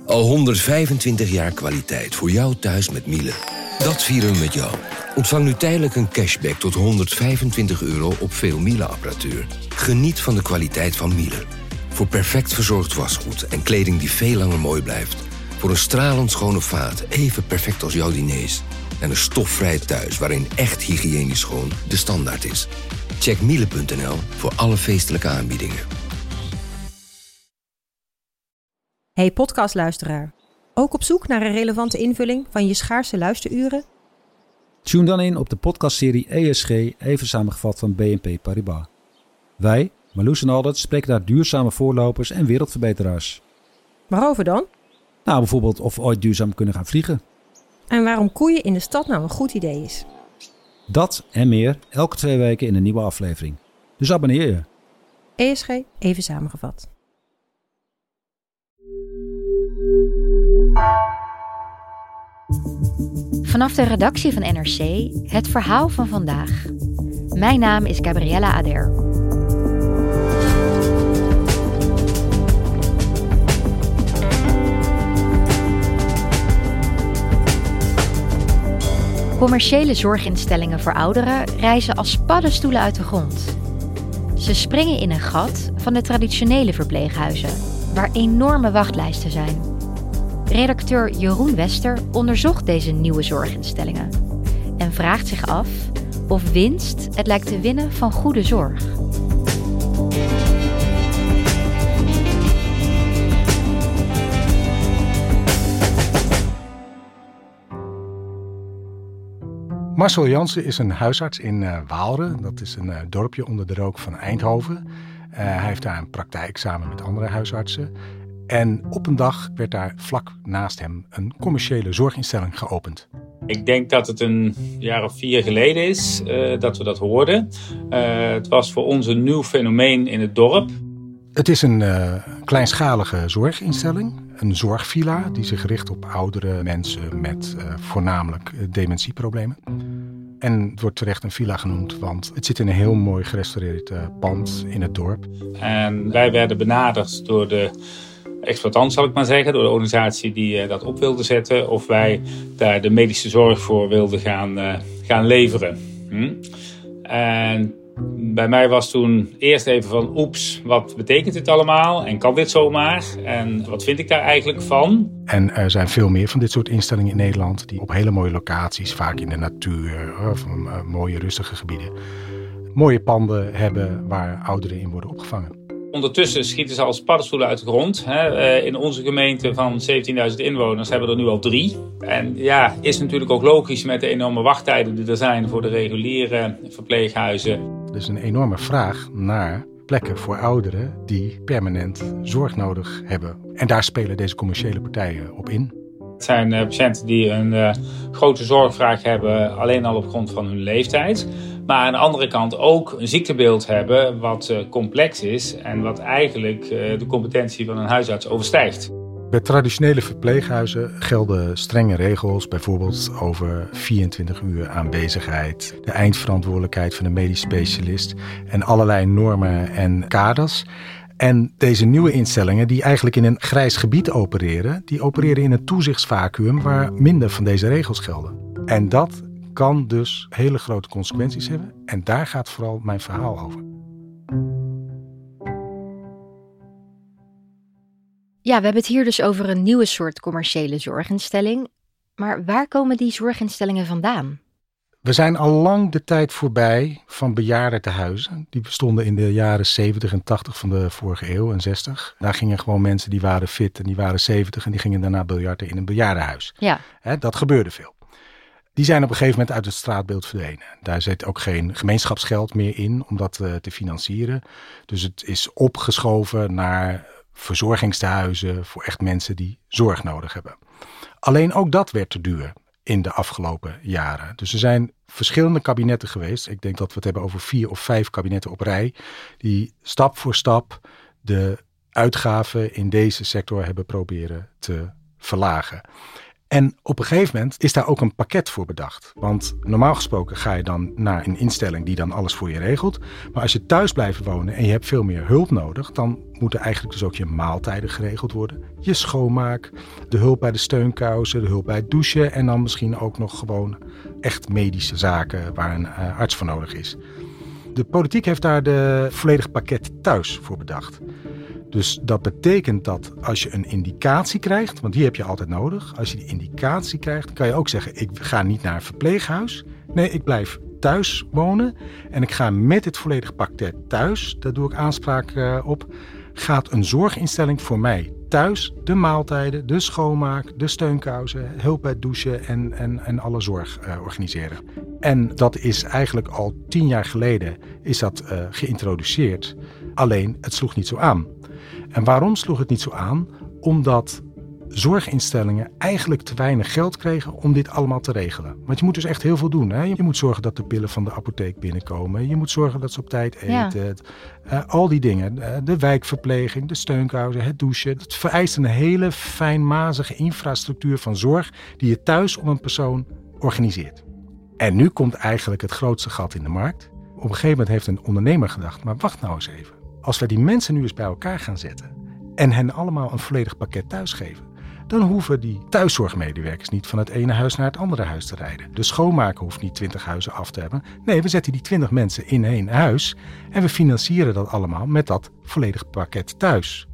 Al 125 jaar kwaliteit voor jou thuis met Miele. Dat vieren we met jou. Ontvang nu tijdelijk een cashback tot €125 op veel Miele-apparatuur. Geniet van de kwaliteit van Miele. Voor perfect verzorgd wasgoed en kleding die veel langer mooi blijft. Voor een stralend schone vaat, even perfect als jouw diners. En een stofvrij thuis waarin echt hygiënisch schoon de standaard is. Check miele.nl voor alle feestelijke aanbiedingen. Hey podcastluisteraar. Ook op zoek naar een relevante invulling van je schaarse luisteruren? Tune dan in op de podcastserie ESG, even samengevat van BNP Paribas. Wij, Marloes en Aldert, spreken daar duurzame voorlopers en wereldverbeteraars. Waarover dan? Nou, bijvoorbeeld of we ooit duurzaam kunnen gaan vliegen. En waarom koeien in de stad nou een goed idee is. Dat en meer elke 2 weken in een nieuwe aflevering. Dus abonneer je. ESG, even samengevat. Vanaf de redactie van NRC het verhaal van vandaag. Mijn naam is Gabriella Ader. Commerciële zorginstellingen voor ouderen rijzen als paddenstoelen uit de grond. Ze springen in een gat van de traditionele verpleeghuizen, waar enorme wachtlijsten zijn. Redacteur Jeroen Wester onderzocht deze nieuwe zorginstellingen en vraagt zich af of winst het lijkt te winnen van goede zorg. Marcel Jansen is een huisarts in Waalre. Dat is een dorpje onder de rook van Eindhoven. Hij heeft daar een praktijk samen met andere huisartsen. En op een dag werd daar vlak naast hem een commerciële zorginstelling geopend. Ik denk dat het een jaar of 4 geleden is dat we dat hoorden. Het was voor ons een nieuw fenomeen in het dorp. Het is een kleinschalige zorginstelling. Een zorgvilla die zich richt op oudere mensen met voornamelijk dementieproblemen. En het wordt terecht een villa genoemd, want het zit in een heel mooi gerestaureerd pand in het dorp. En wij werden benaderd door de exploitant, zal ik maar zeggen, door de organisatie die dat op wilde zetten. Of wij daar de medische zorg voor wilden gaan leveren. En bij mij was toen eerst even van oeps, wat betekent dit allemaal? En kan dit zomaar? En wat vind ik daar eigenlijk van? En er zijn veel meer van dit soort instellingen in Nederland die op hele mooie locaties, vaak in de natuur, of mooie rustige gebieden, mooie panden hebben waar ouderen in worden opgevangen. Ondertussen schieten ze als paddenstoelen uit de grond. In onze gemeente van 17.000 inwoners hebben we er nu al 3. En ja, is natuurlijk ook logisch met de enorme wachttijden die er zijn voor de reguliere verpleeghuizen. Er is een enorme vraag naar plekken voor ouderen die permanent zorg nodig hebben. En daar spelen deze commerciële partijen op in. Het zijn patiënten die een grote zorgvraag hebben, alleen al op grond van hun leeftijd. Maar aan de andere kant ook een ziektebeeld hebben wat complex is en wat eigenlijk de competentie van een huisarts overstijgt. Bij traditionele verpleeghuizen gelden strenge regels, bijvoorbeeld over 24 uur aanwezigheid, de eindverantwoordelijkheid van een medisch specialist en allerlei normen en kaders. En deze nieuwe instellingen die eigenlijk in een grijs gebied opereren, die opereren in een toezichtsvacuüm waar minder van deze regels gelden. En dat kan dus hele grote consequenties hebben. En daar gaat vooral mijn verhaal over. Ja, we hebben het hier dus over een nieuwe soort commerciële zorginstelling. Maar waar komen die zorginstellingen vandaan? We zijn al lang de tijd voorbij van bejaardentehuizen. Die bestonden in de jaren 70 en 80 van de vorige eeuw en 60. Daar gingen gewoon mensen die waren fit en die waren 70 en die gingen daarna biljarten in een bejaardenhuis. Ja. Dat gebeurde veel. Die zijn op een gegeven moment uit het straatbeeld verdwenen. Daar zit ook geen gemeenschapsgeld meer in om dat te financieren. Dus het is opgeschoven naar verzorgingstehuizen voor echt mensen die zorg nodig hebben. Alleen ook dat werd te duur in de afgelopen jaren. Dus er zijn verschillende kabinetten geweest. Ik denk dat we het hebben over 4 of 5 kabinetten op rij, die stap voor stap de uitgaven in deze sector hebben proberen te verlagen. En op een gegeven moment is daar ook een pakket voor bedacht. Want normaal gesproken ga je dan naar een instelling die dan alles voor je regelt. Maar als je thuis blijft wonen en je hebt veel meer hulp nodig, dan moeten eigenlijk dus ook je maaltijden geregeld worden. Je schoonmaak, de hulp bij de steunkousen, de hulp bij het douchen en dan misschien ook nog gewoon echt medische zaken waar een arts voor nodig is. De politiek heeft daar de volledige pakket thuis voor bedacht. Dus dat betekent dat als je een indicatie krijgt, want die heb je altijd nodig. Als je die indicatie krijgt, dan kan je ook zeggen, ik ga niet naar een verpleeghuis. Nee, ik blijf thuis wonen en ik ga met het volledige pakket thuis, daar doe ik aanspraak op, gaat een zorginstelling voor mij thuis de maaltijden, de schoonmaak, de steunkousen, hulp bij het douchen en alle zorg organiseren. En dat is eigenlijk al 10 jaar geleden is dat geïntroduceerd. Alleen, het sloeg niet zo aan. En waarom sloeg het niet zo aan? Omdat zorginstellingen eigenlijk te weinig geld kregen om dit allemaal te regelen. Want je moet dus echt heel veel doen. Hè? Je moet zorgen dat de pillen van de apotheek binnenkomen. Je moet zorgen dat ze op tijd eten. Ja. Al die dingen. De wijkverpleging, de steunkousen, het douchen. Het vereist een hele fijnmazige infrastructuur van zorg die je thuis om een persoon organiseert. En nu komt eigenlijk het grootste gat in de markt. Op een gegeven moment heeft een ondernemer gedacht, maar wacht nou eens even. Als wij die mensen nu eens bij elkaar gaan zetten en hen allemaal een volledig pakket thuis geven, dan hoeven die thuiszorgmedewerkers niet van het ene huis naar het andere huis te rijden. De schoonmaker hoeft niet 20 huizen af te hebben. Nee, we zetten die 20 mensen in 1 huis en we financieren dat allemaal met dat volledige pakket thuis.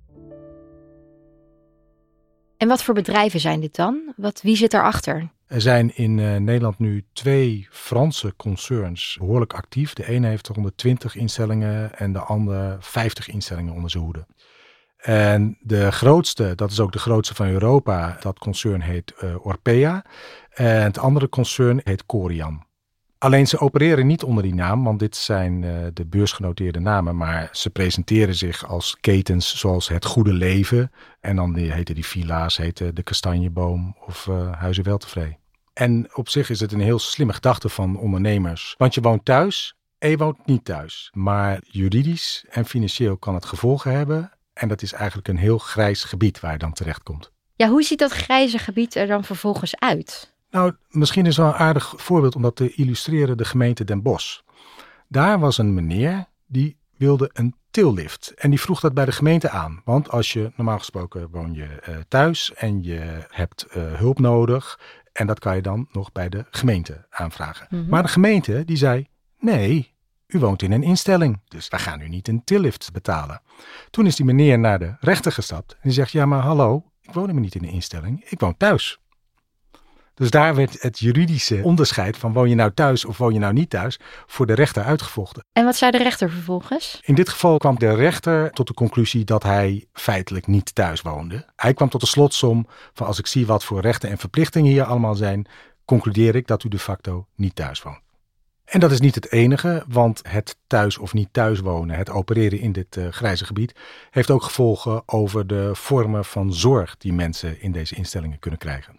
En wat voor bedrijven zijn dit dan? Wie zit daarachter? Er zijn in Nederland nu 2 Franse concerns behoorlijk actief. De ene heeft 120 instellingen en de andere 50 instellingen onder zijn hoede. En de grootste, dat is ook de grootste van Europa, dat concern heet Orpea. En het andere concern heet Korian. Alleen ze opereren niet onder die naam, want dit zijn de beursgenoteerde namen. Maar ze presenteren zich als ketens zoals Het Goede Leven. En dan heten die villa's, heten de Kastanjeboom of Huizen Weltevree. En op zich is het een heel slimme gedachte van ondernemers. Want je woont thuis en je woont niet thuis. Maar juridisch en financieel kan het gevolgen hebben. En dat is eigenlijk een heel grijs gebied waar je dan terecht komt. Ja, hoe ziet dat grijze gebied er dan vervolgens uit? Nou, misschien is wel een aardig voorbeeld om dat te illustreren, de gemeente Den Bosch. Daar was een meneer die wilde een tillift. En die vroeg dat bij de gemeente aan. Want als je, normaal gesproken woon je thuis en je hebt hulp nodig. En dat kan je dan nog bij de gemeente aanvragen. Mm-hmm. Maar de gemeente die zei, nee, u woont in een instelling. Dus wij gaan u niet een tillift betalen. Toen is die meneer naar de rechter gestapt. En die zegt, ja maar hallo, ik woon helemaal niet in een instelling. Ik woon thuis. Dus daar werd het juridische onderscheid van woon je nou thuis of woon je nou niet thuis voor de rechter uitgevochten. En wat zei de rechter vervolgens? In dit geval kwam de rechter tot de conclusie dat hij feitelijk niet thuis woonde. Hij kwam tot de slotsom van als ik zie wat voor rechten en verplichtingen hier allemaal zijn, concludeer ik dat u de facto niet thuis woont. En dat is niet het enige, want het thuis of niet thuis wonen, het opereren in dit grijze gebied, heeft ook gevolgen over de vormen van zorg die mensen in deze instellingen kunnen krijgen.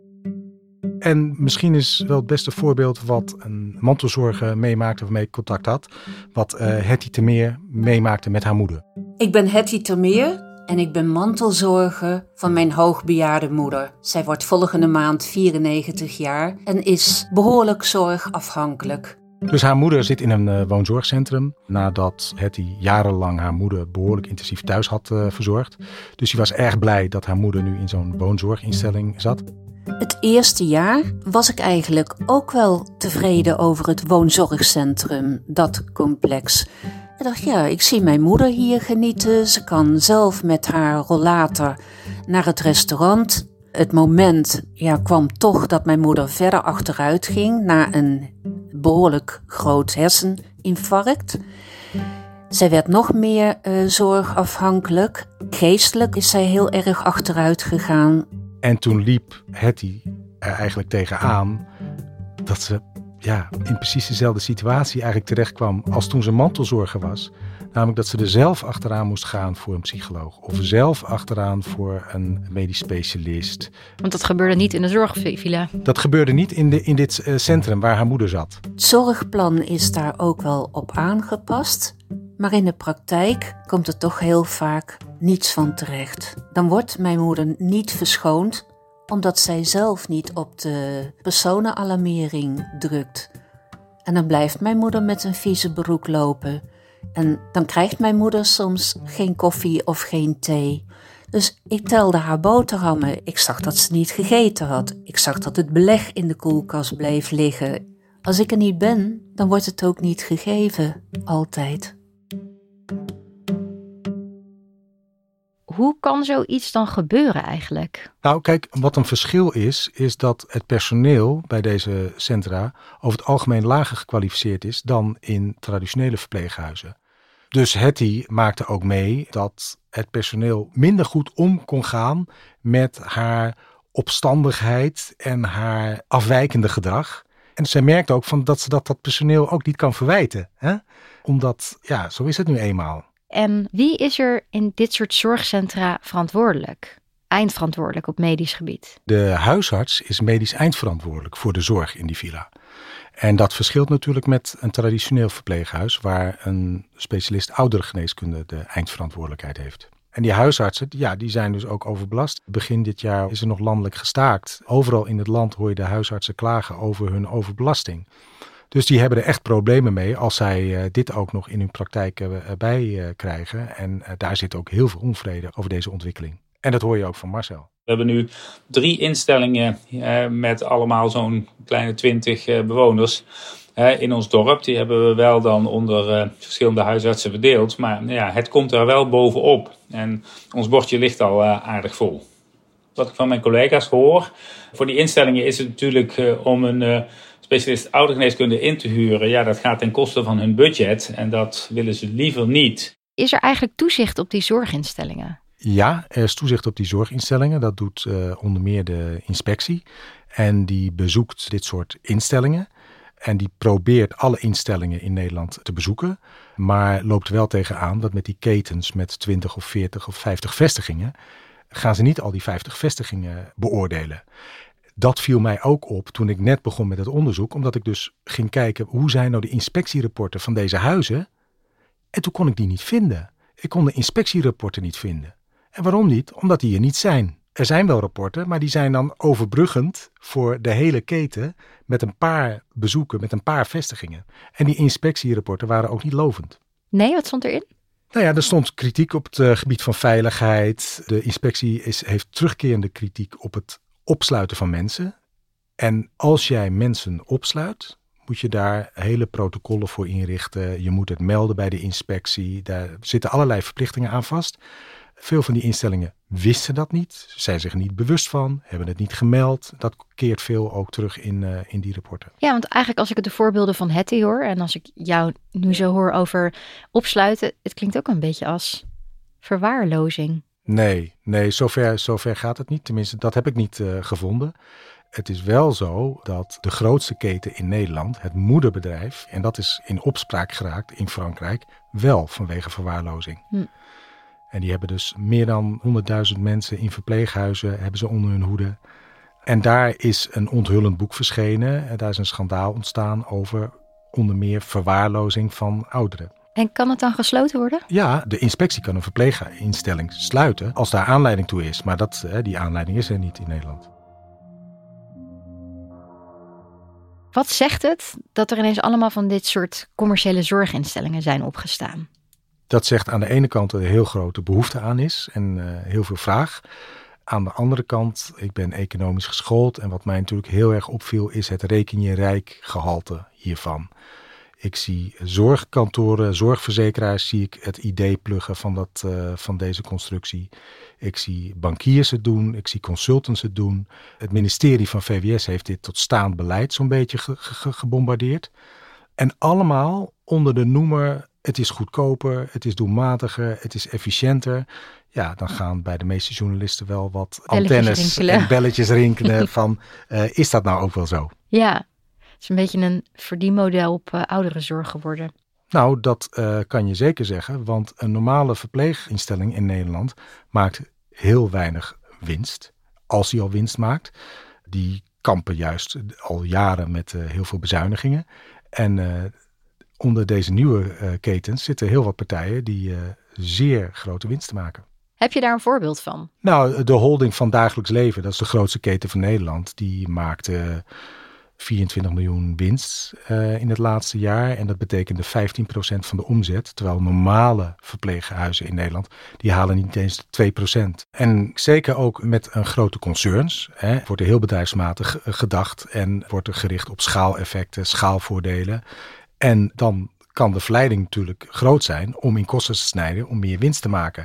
En misschien is wel het beste voorbeeld wat een mantelzorger meemaakte of mee contact had. Wat Hetty Termeer meemaakte met haar moeder. Ik ben Hetty Termeer en ik ben mantelzorger van mijn hoogbejaarde moeder. Zij wordt volgende maand 94 jaar en is behoorlijk zorgafhankelijk. Dus haar moeder zit in een woonzorgcentrum nadat Hetty jarenlang haar moeder behoorlijk intensief thuis had verzorgd. Dus die was erg blij dat haar moeder nu in zo'n woonzorginstelling zat. Het eerste jaar was ik eigenlijk ook wel tevreden over het woonzorgcentrum, dat complex. Ik dacht, ja, ik zie mijn moeder hier genieten. Ze kan zelf met haar rollator naar het restaurant. Het moment kwam toch dat mijn moeder verder achteruit ging na een behoorlijk groot herseninfarct. Zij werd nog meer zorgafhankelijk. Geestelijk is zij heel erg achteruit gegaan. En toen liep Hetty er eigenlijk tegenaan dat ze in precies dezelfde situatie eigenlijk terecht kwam als toen ze mantelzorger was. Namelijk dat ze er zelf achteraan moest gaan voor een psycholoog. Of zelf achteraan voor een medisch specialist. Want dat gebeurde niet in de zorgvilla. Dat gebeurde niet in dit centrum waar haar moeder zat. Het zorgplan is daar ook wel op aangepast. Maar in de praktijk komt er toch heel vaak niets van terecht. Dan wordt mijn moeder niet verschoond omdat zij zelf niet op de personenalarmering drukt. En dan blijft mijn moeder met een vieze broek lopen. En dan krijgt mijn moeder soms geen koffie of geen thee. Dus ik telde haar boterhammen. Ik zag dat ze niet gegeten had. Ik zag dat het beleg in de koelkast bleef liggen. Als ik er niet ben, dan wordt het ook niet gegeven. Altijd. Hoe kan zoiets dan gebeuren eigenlijk? Nou, kijk, wat een verschil is dat het personeel bij deze centra over het algemeen lager gekwalificeerd is dan in traditionele verpleeghuizen. Dus Hetty maakte ook mee dat het personeel minder goed om kon gaan met haar opstandigheid en haar afwijkende gedrag. En zij merkte ook dat ze dat personeel ook niet kan verwijten. Hè? Omdat, ja, zo is het nu eenmaal. En wie is er in dit soort zorgcentra verantwoordelijk? Eindverantwoordelijk op medisch gebied? De huisarts is medisch eindverantwoordelijk voor de zorg in die villa. En dat verschilt natuurlijk met een traditioneel verpleeghuis waar een specialist ouderengeneeskunde de eindverantwoordelijkheid heeft. En die huisartsen, ja, die zijn dus ook overbelast. Begin dit jaar is er nog landelijk gestaakt. Overal in het land hoor je de huisartsen klagen over hun overbelasting. Dus die hebben er echt problemen mee als zij dit ook nog in hun praktijk bij krijgen. En daar zit ook heel veel onvrede over deze ontwikkeling. En dat hoor je ook van Marcel. We hebben nu 3 instellingen met allemaal zo'n kleine 20 bewoners in ons dorp. Die hebben we wel dan onder verschillende huisartsen verdeeld. Maar ja, het komt er wel bovenop. En ons bordje ligt al aardig vol. Wat ik van mijn collega's hoor, voor die instellingen is het natuurlijk om een specialist oudergeneeskunde in te huren. Ja, dat gaat ten koste van hun budget en dat willen ze liever niet. Is er eigenlijk toezicht op die zorginstellingen? Ja, er is toezicht op die zorginstellingen. Dat doet onder meer de inspectie. En die bezoekt dit soort instellingen. En die probeert alle instellingen in Nederland te bezoeken. Maar loopt wel tegenaan dat met die ketens met 20 of 40 of 50 vestigingen gaan ze niet al die 50 vestigingen beoordelen. Dat viel mij ook op toen ik net begon met het onderzoek. Omdat ik dus ging kijken hoe zijn nou de inspectierapporten van deze huizen. En toen kon ik die niet vinden. Ik kon de inspectierapporten niet vinden. En waarom niet? Omdat die er niet zijn. Er zijn wel rapporten, maar die zijn dan overbruggend voor de hele keten met een paar bezoeken, met een paar vestigingen. En die inspectierapporten waren ook niet lovend. Nee, wat stond erin? Nou ja, er stond kritiek op het gebied van veiligheid. De inspectie heeft terugkerende kritiek op het opsluiten van mensen. En als jij mensen opsluit, moet je daar hele protocollen voor inrichten. Je moet het melden bij de inspectie. Daar zitten allerlei verplichtingen aan vast. Veel van die instellingen wisten dat niet, zijn zich er niet bewust van, hebben het niet gemeld. Dat keert veel ook terug in die rapporten. Ja, want eigenlijk als ik de voorbeelden van Hetty hoor en als ik jou nu zo hoor over opsluiten, het klinkt ook een beetje als verwaarlozing. Nee, zover gaat het niet. Tenminste, dat heb ik niet gevonden. Het is wel zo dat de grootste keten in Nederland, het moederbedrijf, en dat is in opspraak geraakt in Frankrijk, wel vanwege verwaarlozing. En die hebben dus meer dan 100.000 mensen in verpleeghuizen hebben ze onder hun hoede. En daar is een onthullend boek verschenen. En daar is een schandaal ontstaan over onder meer verwaarlozing van ouderen. En kan het dan gesloten worden? Ja, de inspectie kan een verpleeginstelling sluiten als daar aanleiding toe is. Maar die aanleiding is er niet in Nederland. Wat zegt het dat er ineens allemaal van dit soort commerciële zorginstellingen zijn opgestaan? Dat zegt aan de ene kant er een heel grote behoefte aan is en heel veel vraag. Aan de andere kant, ik ben economisch geschoold en wat mij natuurlijk heel erg opviel is het reken je rijk gehalte hiervan. Ik zie zorgkantoren, zorgverzekeraars, zie ik het idee pluggen van deze constructie. Ik zie bankiers het doen, ik zie consultants het doen. Het ministerie van VWS heeft dit tot staand beleid zo'n beetje gebombardeerd. En allemaal onder de noemer, het is goedkoper, het is doelmatiger, het is efficiënter. Ja, dan gaan bij de meeste journalisten wel wat antennes en belletjes rinkelen van, is dat nou ook wel zo? Ja, het is een beetje een verdienmodel op ouderenzorg geworden. Nou, dat kan je zeker zeggen, want een normale verpleeginstelling in Nederland maakt heel weinig winst. Als die al winst maakt, die kampen juist al jaren met heel veel bezuinigingen. En onder deze nieuwe ketens zitten heel wat partijen die zeer grote winsten maken. Heb je daar een voorbeeld van? Nou, de holding van Dagelijks Leven, dat is de grootste keten van Nederland. Die maakte 24 miljoen winst in het laatste jaar. En dat betekende 15% van de omzet. Terwijl normale verpleeghuizen in Nederland, die halen niet eens 2%. En zeker ook met een grote concerns. Wordt er heel bedrijfsmatig gedacht en wordt er gericht op schaaleffecten, schaalvoordelen. En dan kan de verleiding natuurlijk groot zijn om in kosten te snijden, om meer winst te maken.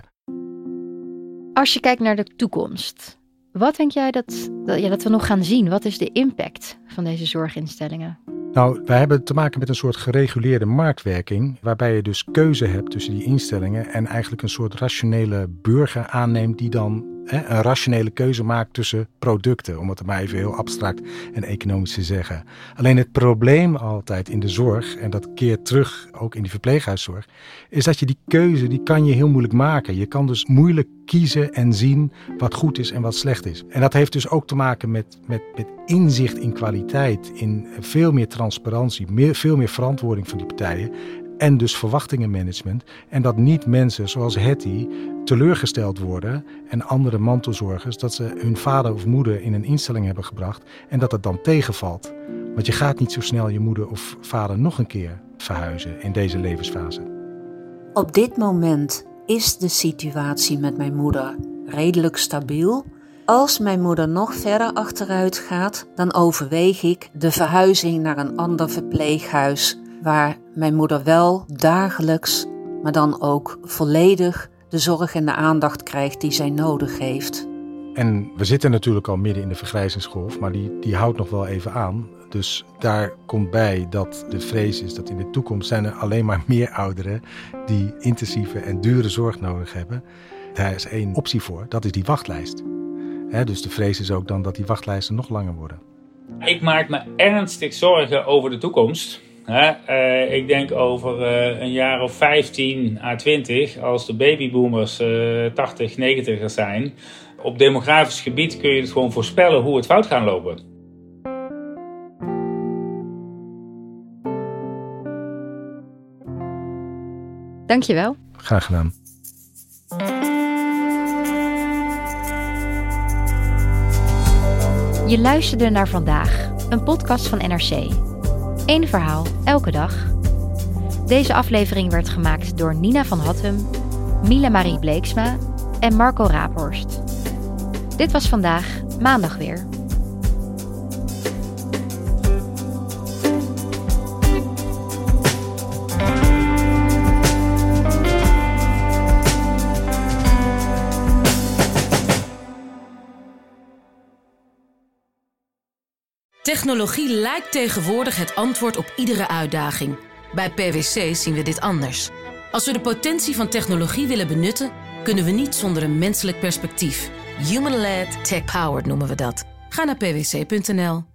Als je kijkt naar de toekomst, wat denk jij dat we nog gaan zien? Wat is de impact van deze zorginstellingen? Nou, wij hebben te maken met een soort gereguleerde marktwerking, waarbij je dus keuze hebt tussen die instellingen en eigenlijk een soort rationele burger aanneemt die dan een rationele keuze maakt tussen producten, om het maar even heel abstract en economisch te zeggen. Alleen het probleem altijd in de zorg, en dat keert terug ook in die verpleeghuiszorg, is dat je die keuze, die kan je heel moeilijk maken. Je kan dus moeilijk kiezen en zien wat goed is en wat slecht is. En dat heeft dus ook te maken met inzicht in kwaliteit, in veel meer transparantie, veel meer verantwoording van die partijen. En dus verwachtingenmanagement. En dat niet mensen zoals Hetty teleurgesteld worden en andere mantelzorgers dat ze hun vader of moeder in een instelling hebben gebracht en dat het dan tegenvalt. Want je gaat niet zo snel je moeder of vader nog een keer verhuizen in deze levensfase. Op dit moment is de situatie met mijn moeder redelijk stabiel. Als mijn moeder nog verder achteruit gaat, dan overweeg ik de verhuizing naar een ander verpleeghuis waar mijn moeder wel dagelijks, maar dan ook volledig de zorg en de aandacht krijgt die zij nodig heeft. En we zitten natuurlijk al midden in de vergrijzingsgolf, maar die houdt nog wel even aan. Dus daar komt bij dat de vrees is dat in de toekomst zijn er alleen maar meer ouderen die intensieve en dure zorg nodig hebben. Daar is één optie voor, dat is die wachtlijst. Dus de vrees is ook dan dat die wachtlijsten nog langer worden. Ik maak me ernstig zorgen over de toekomst. Ik denk over een jaar of 15 à 20, als de babyboomers 80, 90 zijn. Op demografisch gebied kun je het gewoon voorspellen hoe het fout gaat lopen. Dankjewel. Graag gedaan. Je luisterde naar Vandaag, een podcast van NRC. Eén verhaal, elke dag. Deze aflevering werd gemaakt door Nina van Hattem, Miele Marie Bleeksma en Marco Raaphorst. Dit was Vandaag, maandag weer. Technologie lijkt tegenwoordig het antwoord op iedere uitdaging. Bij PwC zien we dit anders. Als we de potentie van technologie willen benutten, kunnen we niet zonder een menselijk perspectief. Human-led, tech-powered noemen we dat. Ga naar pwc.nl.